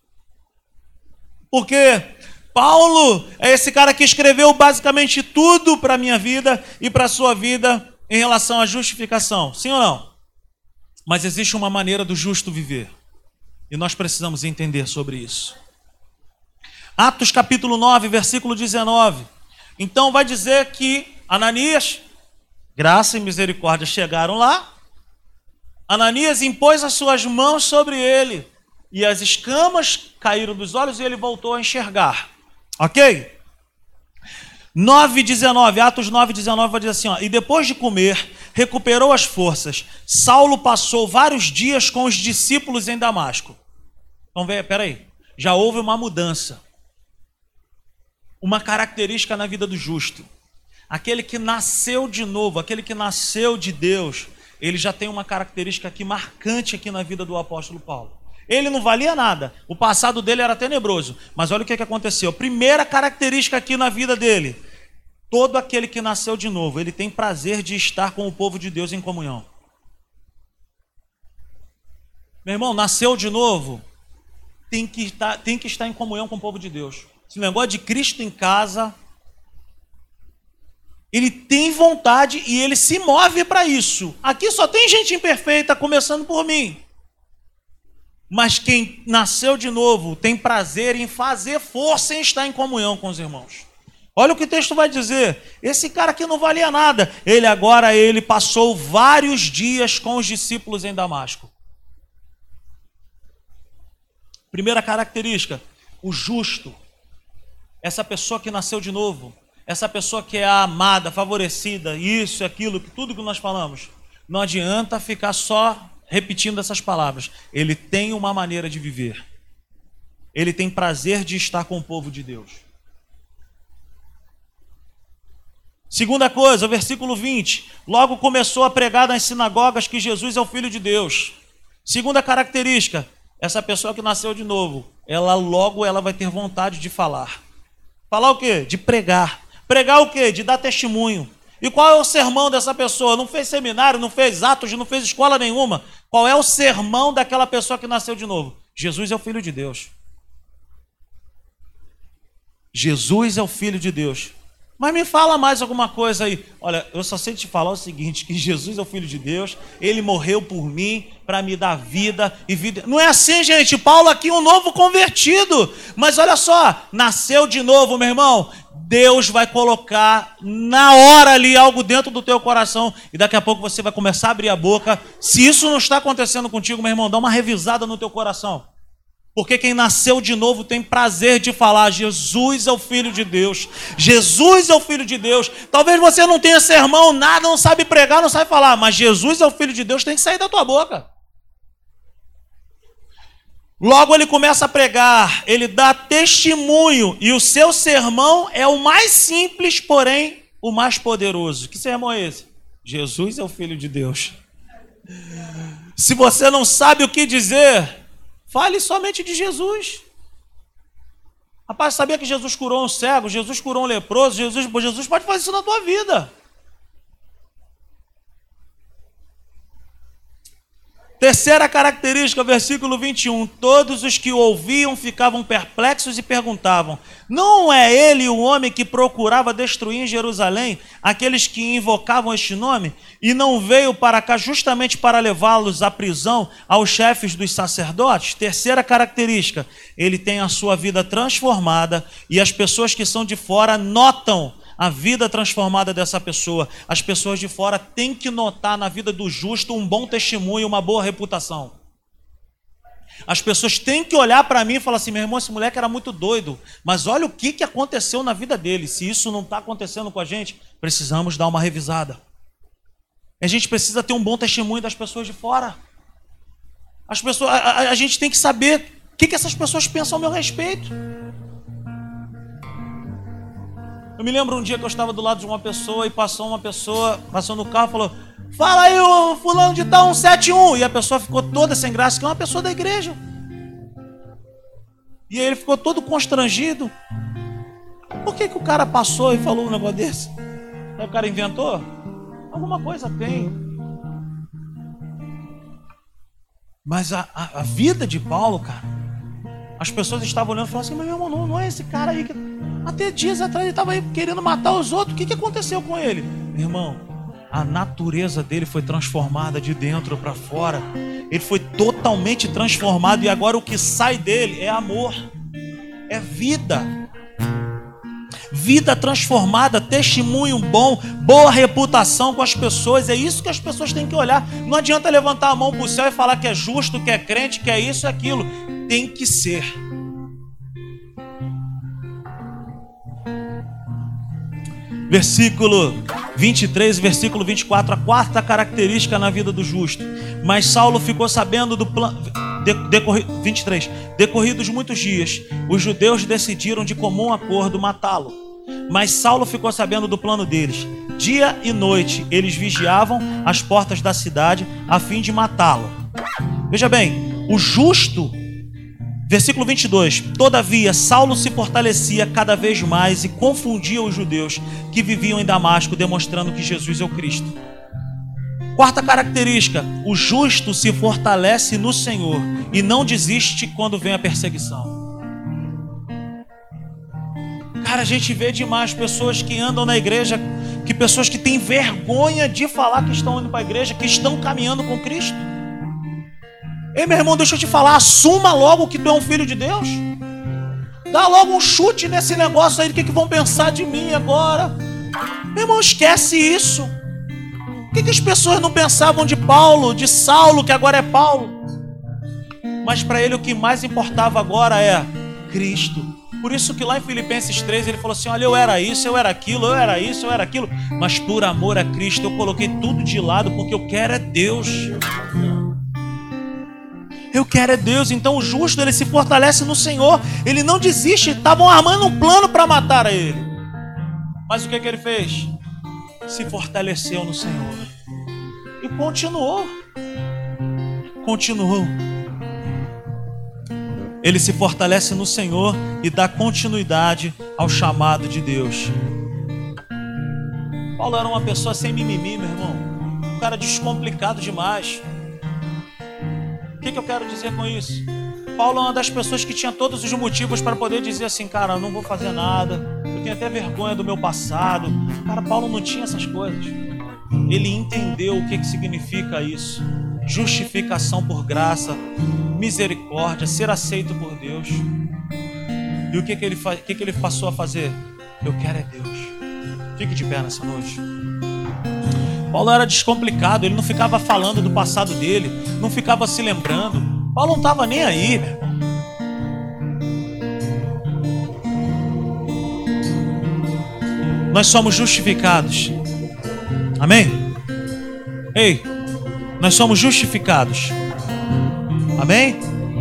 Porque Paulo é esse cara que escreveu basicamente tudo para a minha vida e para a sua vida em relação à justificação. Sim ou não? Mas existe uma maneira do justo viver. E nós precisamos entender sobre isso. Atos capítulo 9, versículo 19. Então vai dizer que Ananias, graça e misericórdia chegaram lá. Ananias impôs as suas mãos sobre ele. E as escamas caíram dos olhos e ele voltou a enxergar. Ok? 9:19, Atos 9:19 vai dizer assim, e depois de comer, recuperou as forças. Saulo passou vários dias com os discípulos em Damasco. Então, peraí, já houve uma mudança. Uma característica na vida do justo. Aquele que nasceu de novo, aquele que nasceu de Deus, ele já tem uma característica aqui marcante aqui na vida do apóstolo Paulo. Ele não valia nada, o passado dele era tenebroso, mas olha o que aconteceu. Primeira característica aqui na vida dele: todo aquele que nasceu de novo, ele tem prazer de estar com o povo de Deus em comunhão. Meu irmão, nasceu de novo, tem que estar em comunhão com o povo de Deus. Esse negócio de Cristo em casa, Ele tem vontade e ele se move para isso. Aqui só tem gente imperfeita, começando por mim. Mas quem nasceu de novo tem prazer em fazer força em estar em comunhão com os irmãos. Olha o que o texto vai dizer. Esse cara aqui não valia nada. Ele passou vários dias com os discípulos em Damasco. Primeira característica, o justo. Essa pessoa que nasceu de novo. Essa pessoa que é a amada, favorecida, isso, aquilo, tudo que nós falamos. Não adianta ficar só repetindo essas palavras. Ele tem uma maneira de viver. Ele tem prazer de estar com o povo de Deus. Segunda coisa, versículo 20. Logo começou a pregar nas sinagogas que Jesus é o Filho de Deus. Segunda característica, essa pessoa que nasceu de novo, ela vai ter vontade de falar. Falar o quê? De pregar. Pregar o quê? De dar testemunho. E qual é o sermão dessa pessoa? Não fez seminário, não fez atos, não fez escola nenhuma. Qual é o sermão daquela pessoa que nasceu de novo? Jesus é o Filho de Deus. Jesus é o Filho de Deus. Mas me fala mais alguma coisa aí. Olha, eu só sei te falar o seguinte, que Jesus é o Filho de Deus, Ele morreu por mim para me dar vida e vida. Não é assim, gente. Paulo aqui é um novo convertido. Mas olha só, nasceu de novo, meu irmão. Deus vai colocar na hora ali algo dentro do teu coração e daqui a pouco você vai começar a abrir a boca. Se isso não está acontecendo contigo, meu irmão, dá uma revisada no teu coração. Porque quem nasceu de novo tem prazer de falar, Jesus é o Filho de Deus. Jesus é o Filho de Deus. Talvez você não tenha sermão, nada, não sabe pregar, não sabe falar, mas Jesus é o Filho de Deus, tem que sair da tua boca. Logo ele começa a pregar, ele dá testemunho, e o seu sermão é o mais simples, porém o mais poderoso. Que sermão é esse? Jesus é o Filho de Deus. Se você não sabe o que dizer, fale somente de Jesus. Rapaz, sabia que Jesus curou um cego, Jesus curou um leproso, Jesus pode fazer isso na tua vida. Terceira característica, versículo 21. Todos os que o ouviam ficavam perplexos e perguntavam: não é ele o homem que procurava destruir em Jerusalém aqueles que invocavam este nome? E não veio para cá justamente para levá-los à prisão aos chefes dos sacerdotes? Terceira característica, ele tem a sua vida transformada e as pessoas que são de fora notam a vida transformada dessa pessoa. As pessoas de fora têm que notar na vida do justo um bom testemunho, uma boa reputação. As pessoas têm que olhar para mim e falar assim: meu irmão, esse moleque era muito doido, mas olha o que aconteceu na vida dele. Se isso não está acontecendo com a gente, precisamos dar uma revisada. A gente precisa ter um bom testemunho das pessoas de fora. As pessoas, a gente tem que saber o que essas pessoas pensam ao meu respeito. Eu me lembro um dia que eu estava do lado de uma pessoa e passou no carro e falou: fala aí o fulano de tal 171. E a pessoa ficou toda sem graça, que é uma pessoa da igreja. E aí ele ficou todo constrangido. Por que o cara passou e falou um negócio desse? Aí o cara inventou? Alguma coisa tem. Mas a vida de Paulo, cara, as pessoas estavam olhando e falavam assim: mas meu irmão, não é esse cara aí que... Até dias atrás ele estava aí querendo matar os outros. O que aconteceu com ele? Meu irmão, a natureza dele foi transformada de dentro para fora. Ele foi totalmente transformado e agora o que sai dele é amor, é vida. Vida transformada, testemunho bom, boa reputação com as pessoas. É isso que as pessoas têm que olhar. Não adianta levantar a mão para o céu e falar que é justo, que é crente, que é isso e aquilo. Tem que ser. Versículo 23, versículo 24, a quarta característica na vida do justo. Mas Saulo ficou sabendo do plano... 23. Decorridos muitos dias, os judeus decidiram de comum acordo matá-lo. Mas Saulo ficou sabendo do plano deles. Dia e noite eles vigiavam as portas da cidade a fim de matá-lo. Veja bem, o justo... Versículo 22. Todavia, Saulo se fortalecia cada vez mais e confundia os judeus que viviam em Damasco, demonstrando que Jesus é o Cristo. Quarta característica: o justo se fortalece no Senhor e não desiste quando vem a perseguição. Cara, a gente vê demais pessoas que andam na igreja, que pessoas que têm vergonha de falar que estão indo para a igreja, que estão caminhando com Cristo. Ei, meu irmão, deixa eu te falar, assuma logo que tu é um filho de Deus. Dá logo um chute nesse negócio aí, do que vão pensar de mim agora. Meu irmão, esquece isso. O que as pessoas não pensavam de Paulo, de Saulo, que agora é Paulo? Mas para ele o que mais importava agora é Cristo. Por isso que lá em Filipenses 3 ele falou assim: olha, eu era isso, eu era aquilo, eu era isso, eu era aquilo, mas por amor a Cristo eu coloquei tudo de lado, porque eu quero é Deus. Eu quero é Deus. Então o justo, ele se fortalece no Senhor. Ele não desiste. Estavam armando um plano para matar a ele, mas o que ele fez? Se fortaleceu no Senhor e continuou. Ele se fortalece no Senhor e dá continuidade ao chamado de Deus. Paulo era uma pessoa sem mimimi, meu irmão. Um cara descomplicado demais. O que eu quero dizer com isso? Paulo é uma das pessoas que tinha todos os motivos para poder dizer assim: cara, eu não vou fazer nada, eu tenho até vergonha do meu passado. Cara, Paulo não tinha essas coisas. Ele entendeu o que significa isso: justificação por graça, misericórdia, ser aceito por Deus. E o que ele passou a fazer? Eu quero é Deus. Fique de pé nessa noite. Paulo era descomplicado, ele não ficava falando do passado dele, não ficava se lembrando. Paulo não estava nem aí, meu irmão. Nós somos justificados. Amém? Ei, nós somos justificados. Amém?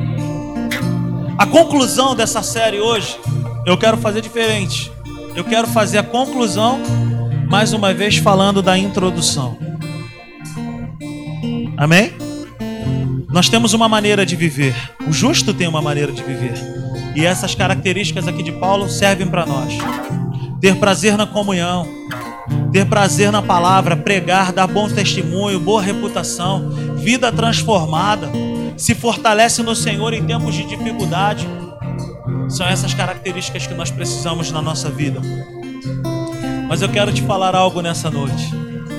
A conclusão dessa série hoje, eu quero fazer diferente. Eu quero fazer a conclusão, mais uma vez, falando da introdução. Amém? Nós temos uma maneira de viver. O justo tem uma maneira de viver. E essas características aqui de Paulo servem para nós. Ter prazer na comunhão, ter prazer na palavra, pregar, dar bom testemunho, boa reputação, vida transformada, se fortalece no Senhor em tempos de dificuldade. São essas características que nós precisamos na nossa vida. Mas eu quero te falar algo nessa noite.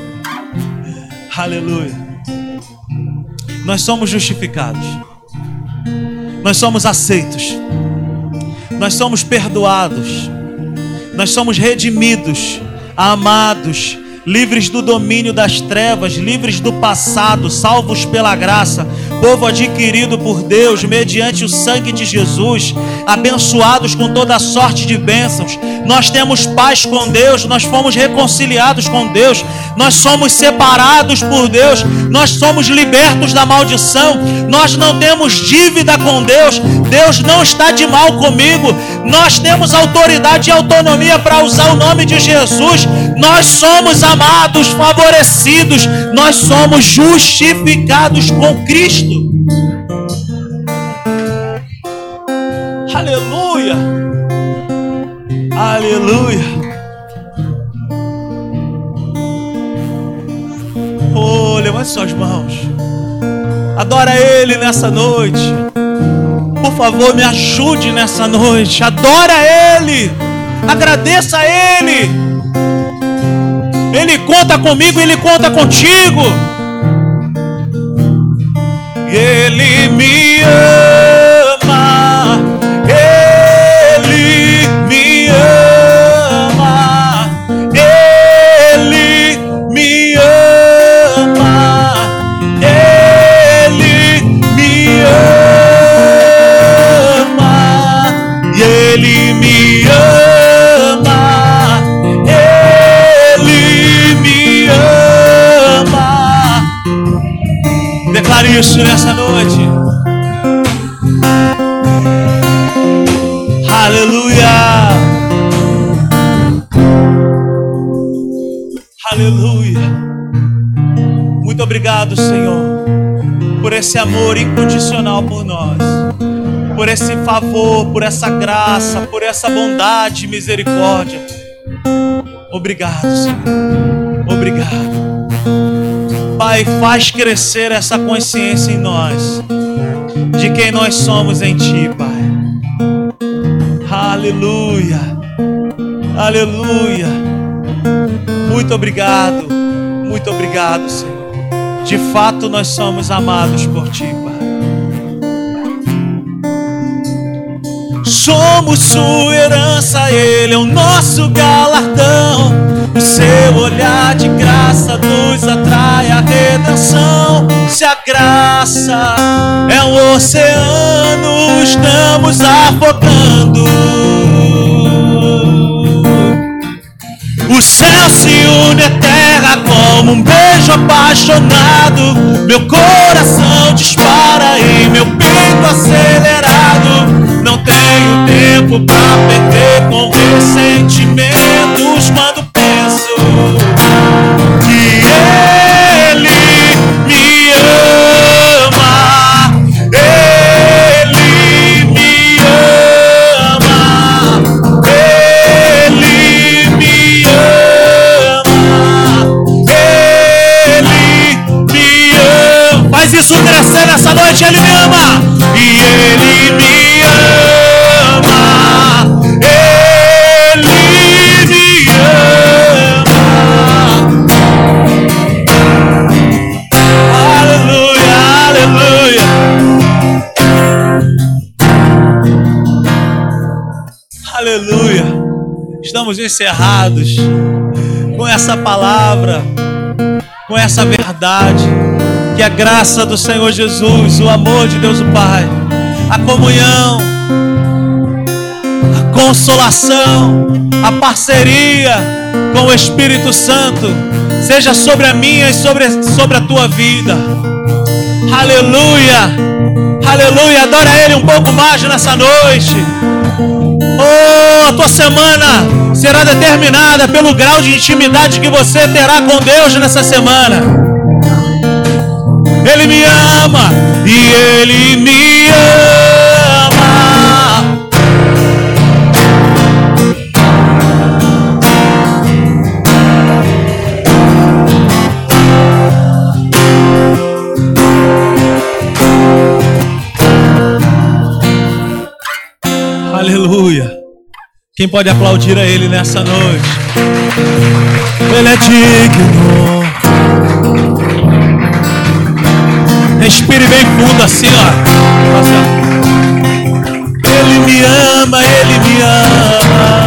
Aleluia. Nós somos justificados. Nós somos aceitos. Nós somos perdoados. Nós somos redimidos, amados, livres do domínio das trevas, livres do passado, salvos pela graça, povo adquirido por Deus mediante o sangue de Jesus, abençoados com toda a sorte de bênçãos. Nós temos paz com Deus, nós fomos reconciliados com Deus, nós somos separados por Deus, nós somos libertos da maldição, nós não temos dívida com Deus, Deus não está de mal comigo, nós temos autoridade e autonomia para usar o nome de Jesus, nós somos amados, favorecidos, nós somos justificados com Cristo. Aleluia, aleluia. Oh, levante suas mãos, adora Ele nessa noite. Por favor, me ajude nessa noite. Adora Ele, agradeça a Ele. Ele conta comigo, Ele conta contigo. Ele me ama, Ele me ama, Ele me ama, Ele me ama, e Ele me ama, Ele me ama. Declare isso nessa noite. Aleluia, aleluia. Muito obrigado, Senhor, por esse amor incondicional por nós, por esse favor, por essa graça, por essa bondade e misericórdia. Obrigado, Senhor, obrigado. Pai, faz crescer essa consciência em nós, de quem nós somos em Ti, Pai. Aleluia. Aleluia. Muito obrigado, Senhor. De fato nós somos amados por Ti, Pai. Somos Sua herança, Ele é o nosso galardão. O Seu olhar de graça nos atrai à redenção. Se a graça é um oceano, estamos afogando. O céu se une à terra como um beijo apaixonado. Meu coração dispara e meu peito acelerado. Não tenho tempo pra perder com ressentimentos quando penso que Ele me ama. Ele me ama. Ele me ama. Ele me ama. Faz isso crescer nessa noite. Ele me ama. E Ele me ama. Ele me ama. Aleluia, aleluia. Aleluia. Estamos encerrados com essa palavra, com essa verdade, que a graça do Senhor Jesus, o amor de Deus o Pai, a comunhão, a consolação, a parceria com o Espírito Santo seja sobre a minha e sobre a tua vida. Aleluia, aleluia. Adora Ele um pouco mais nessa noite. Oh, a tua semana será determinada pelo grau de intimidade que você terá com Deus nessa semana. Ele me ama e Ele me ama. Aleluia. Quem pode aplaudir a Ele nessa noite? Ele é digno. Respire bem fundo assim, ó. Ele me ama, Ele me ama.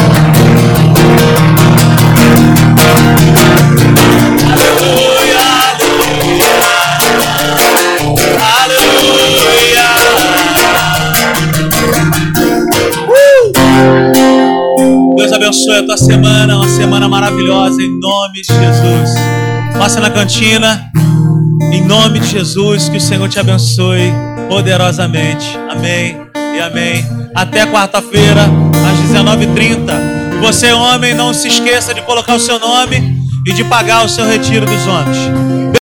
Aleluia, aleluia, aleluia. Deus abençoe a tua semana, uma semana maravilhosa em nome de Jesus. Passa na cantina. Em nome de Jesus, que o Senhor te abençoe poderosamente. Amém e amém. Até quarta-feira, às 19h30. Você, homem, não se esqueça de colocar o seu nome e de pagar o seu retiro dos homens.